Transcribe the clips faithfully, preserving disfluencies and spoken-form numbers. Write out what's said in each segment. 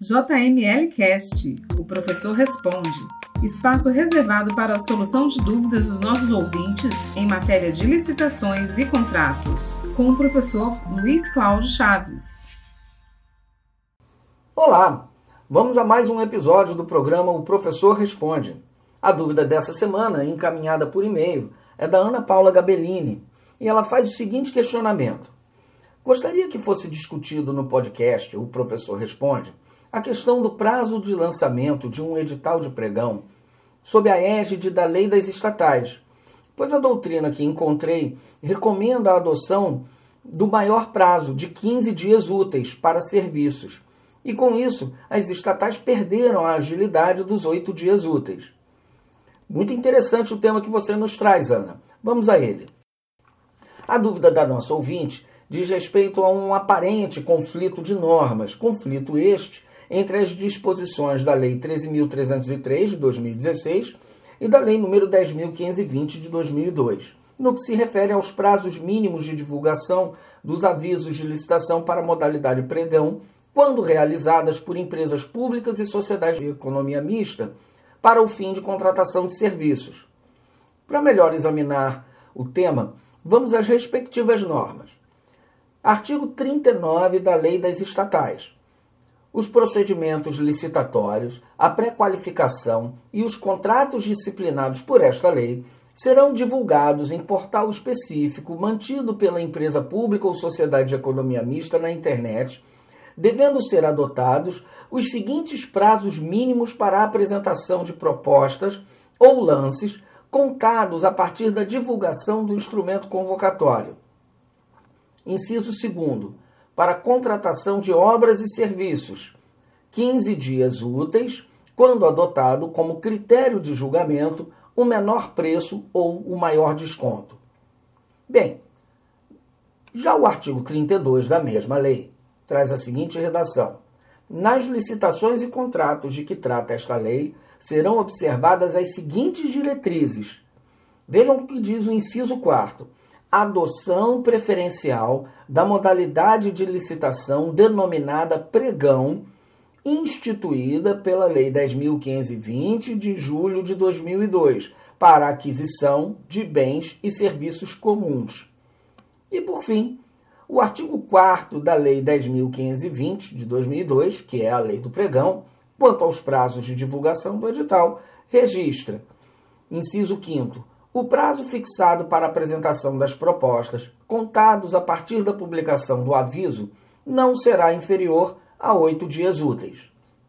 J M L Cast, o professor responde, espaço reservado para a solução de dúvidas dos nossos ouvintes em matéria de licitações e contratos, com o professor Luiz Cláudio Chaves. Olá, vamos a mais um episódio do programa O Professor Responde. A dúvida dessa semana, encaminhada por e-mail, é da Ana Paula Gabellini, e ela faz o seguinte questionamento. Gostaria que fosse discutido no podcast O Professor Responde a questão do prazo de lançamento de um edital de pregão sob a égide da Lei das Estatais, pois a doutrina que encontrei recomenda a adoção do maior prazo de quinze dias úteis para serviços, e com isso as estatais perderam a agilidade dos oito dias úteis. Muito interessante o tema que você nos traz, Ana. Vamos a ele. A dúvida da nossa ouvinte diz respeito a um aparente conflito de normas, conflito este entre as disposições da Lei treze mil trezentos e três, de dois mil e dezesseis, e da Lei número dez mil quinhentos e vinte, de dois mil e dois, no que se refere aos prazos mínimos de divulgação dos avisos de licitação para a modalidade pregão, quando realizadas por empresas públicas e sociedades de economia mista, para o fim de contratação de serviços. Para melhor examinar o tema, vamos às respectivas normas. Artigo trinta e nove da Lei das Estatais. Os procedimentos licitatórios, a pré-qualificação e os contratos disciplinados por esta lei serão divulgados em portal específico mantido pela empresa pública ou sociedade de economia mista na internet, devendo ser adotados os seguintes prazos mínimos para a apresentação de propostas ou lances contados a partir da divulgação do instrumento convocatório. Inciso segundo. Para contratação de obras e serviços, quinze dias úteis, quando adotado como critério de julgamento o menor preço ou o maior desconto. Bem, já o artigo trinta e dois da mesma lei traz a seguinte redação. Nas licitações e contratos de que trata esta lei, serão observadas as seguintes diretrizes. Vejam o que diz o inciso quarto. Adoção preferencial da modalidade de licitação denominada pregão, instituída pela Lei dez mil quinhentos e vinte, de julho de dois mil e dois, para a aquisição de bens e serviços comuns. E, por fim, o artigo quarto da Lei dez mil quinhentos e vinte, de dois mil e dois, que é a Lei do Pregão, quanto aos prazos de divulgação do edital, registra, inciso quinto, o prazo fixado para a apresentação das propostas, contados a partir da publicação do aviso, não será inferior a oito dias úteis.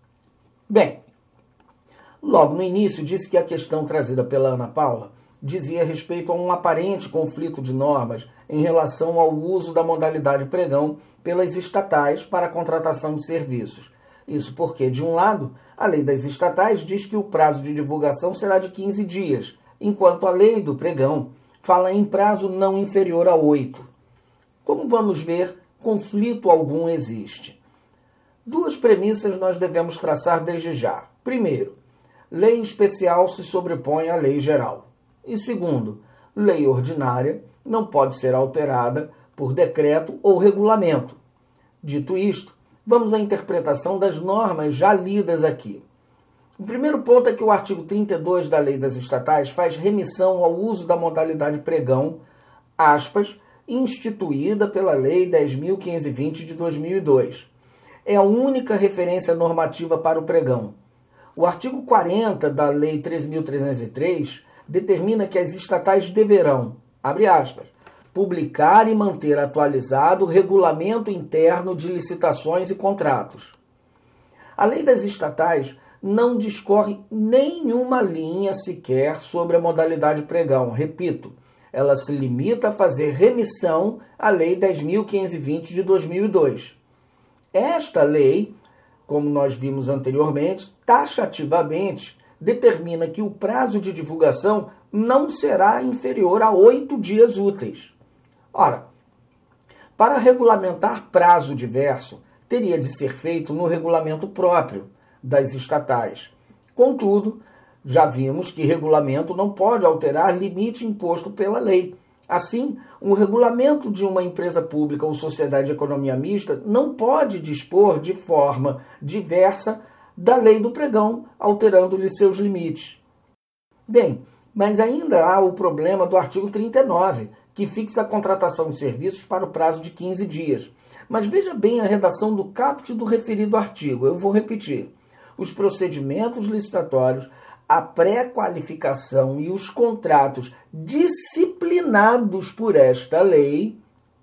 Bem, logo no início disse que a questão trazida pela Ana Paula dizia respeito a um aparente conflito de normas em relação ao uso da modalidade pregão pelas estatais para a contratação de serviços. Isso porque, de um lado, a Lei das Estatais diz que o prazo de divulgação será de quinze dias, enquanto a Lei do Pregão fala em prazo não inferior a oito. Como vamos ver, conflito algum existe. Duas premissas nós devemos traçar desde já. Primeiro, lei especial se sobrepõe à lei geral. E segundo, lei ordinária não pode ser alterada por decreto ou regulamento. Dito isto, vamos à interpretação das normas já lidas aqui. O primeiro ponto é que o artigo trinta e dois da Lei das Estatais faz remissão ao uso da modalidade pregão, aspas, instituída pela Lei dez mil quinhentos e vinte de dois mil e dois. É a única referência normativa para o pregão. O artigo quarenta da Lei treze mil trezentos e três determina que as estatais deverão, abre aspas, publicar e manter atualizado o regulamento interno de licitações e contratos. A Lei das Estatais não discorre nenhuma linha sequer sobre a modalidade pregão. Repito, ela se limita a fazer remissão à Lei dez mil quinhentos e vinte de dois mil e dois. Esta lei, como nós vimos anteriormente, taxativamente determina que o prazo de divulgação não será inferior a oito dias úteis. Ora, para regulamentar prazo diverso, teria de ser feito no regulamento próprio das estatais. Contudo, já vimos que regulamento não pode alterar limite imposto pela lei, Assim, um regulamento de uma empresa pública ou sociedade de economia mista não pode dispor de forma diversa da lei do pregão, alterando-lhe seus limites. Bem, mas ainda há o problema do artigo trinta e nove, que fixa a contratação de serviços para o prazo de quinze dias. Mas veja bem a redação do caput do referido artigo. Eu vou repetir. Os procedimentos licitatórios, a pré-qualificação e os contratos disciplinados por esta lei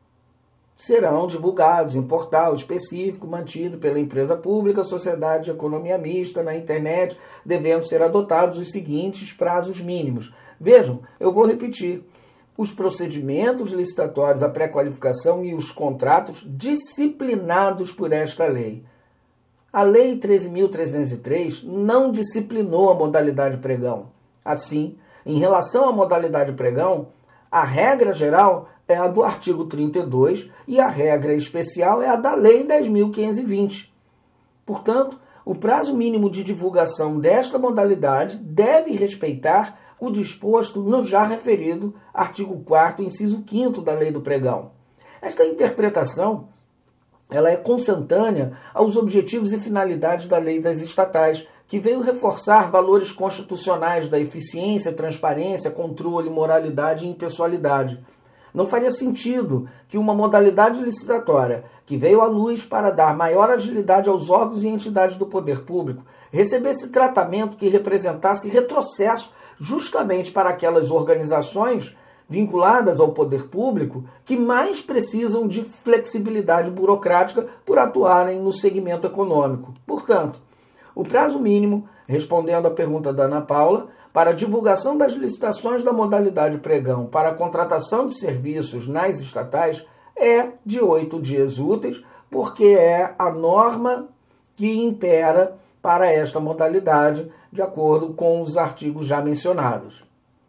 serão divulgados em portal específico mantido pela empresa pública, sociedade de economia mista, na internet, devendo ser adotados os seguintes prazos mínimos. Vejam, eu vou repetir. Os procedimentos licitatórios, a pré-qualificação e os contratos disciplinados por esta lei. A Lei treze mil trezentos e três não disciplinou a modalidade pregão. Assim, em relação à modalidade pregão, a regra geral é a do artigo trinta e dois e a regra especial é a da Lei dez mil quinhentos e vinte. Portanto, o prazo mínimo de divulgação desta modalidade deve respeitar o disposto no já referido artigo quarto, inciso quinto da Lei do Pregão. Esta interpretação ela é consentânea aos objetivos e finalidades da Lei das Estatais, que veio reforçar valores constitucionais da eficiência, transparência, controle, moralidade e impessoalidade. Não faria sentido que uma modalidade licitatória, que veio à luz para dar maior agilidade aos órgãos e entidades do poder público, recebesse tratamento que representasse retrocesso justamente para aquelas organizações vinculadas ao poder público que mais precisam de flexibilidade burocrática por atuarem no segmento econômico. Portanto, o prazo mínimo, respondendo à pergunta da Ana Paula, para a divulgação das licitações da modalidade pregão para a contratação de serviços nas estatais é de oito dias úteis, porque é a norma que impera para esta modalidade, de acordo com os artigos já mencionados.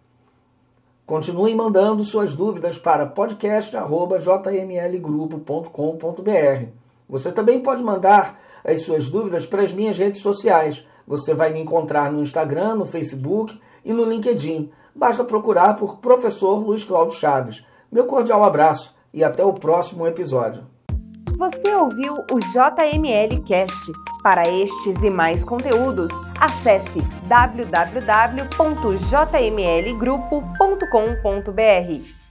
Continuem mandando suas dúvidas para podcast arroba j m l grupo ponto com ponto b r. Você também pode mandar as suas dúvidas para as minhas redes sociais. Você vai me encontrar no Instagram, no Facebook e no LinkedIn. Basta procurar por Professor Luiz Cláudio Chaves. Meu cordial abraço e até o próximo episódio. Você ouviu o J M L Cast. Para estes e mais conteúdos, acesse w w w ponto j m l grupo ponto com ponto b r.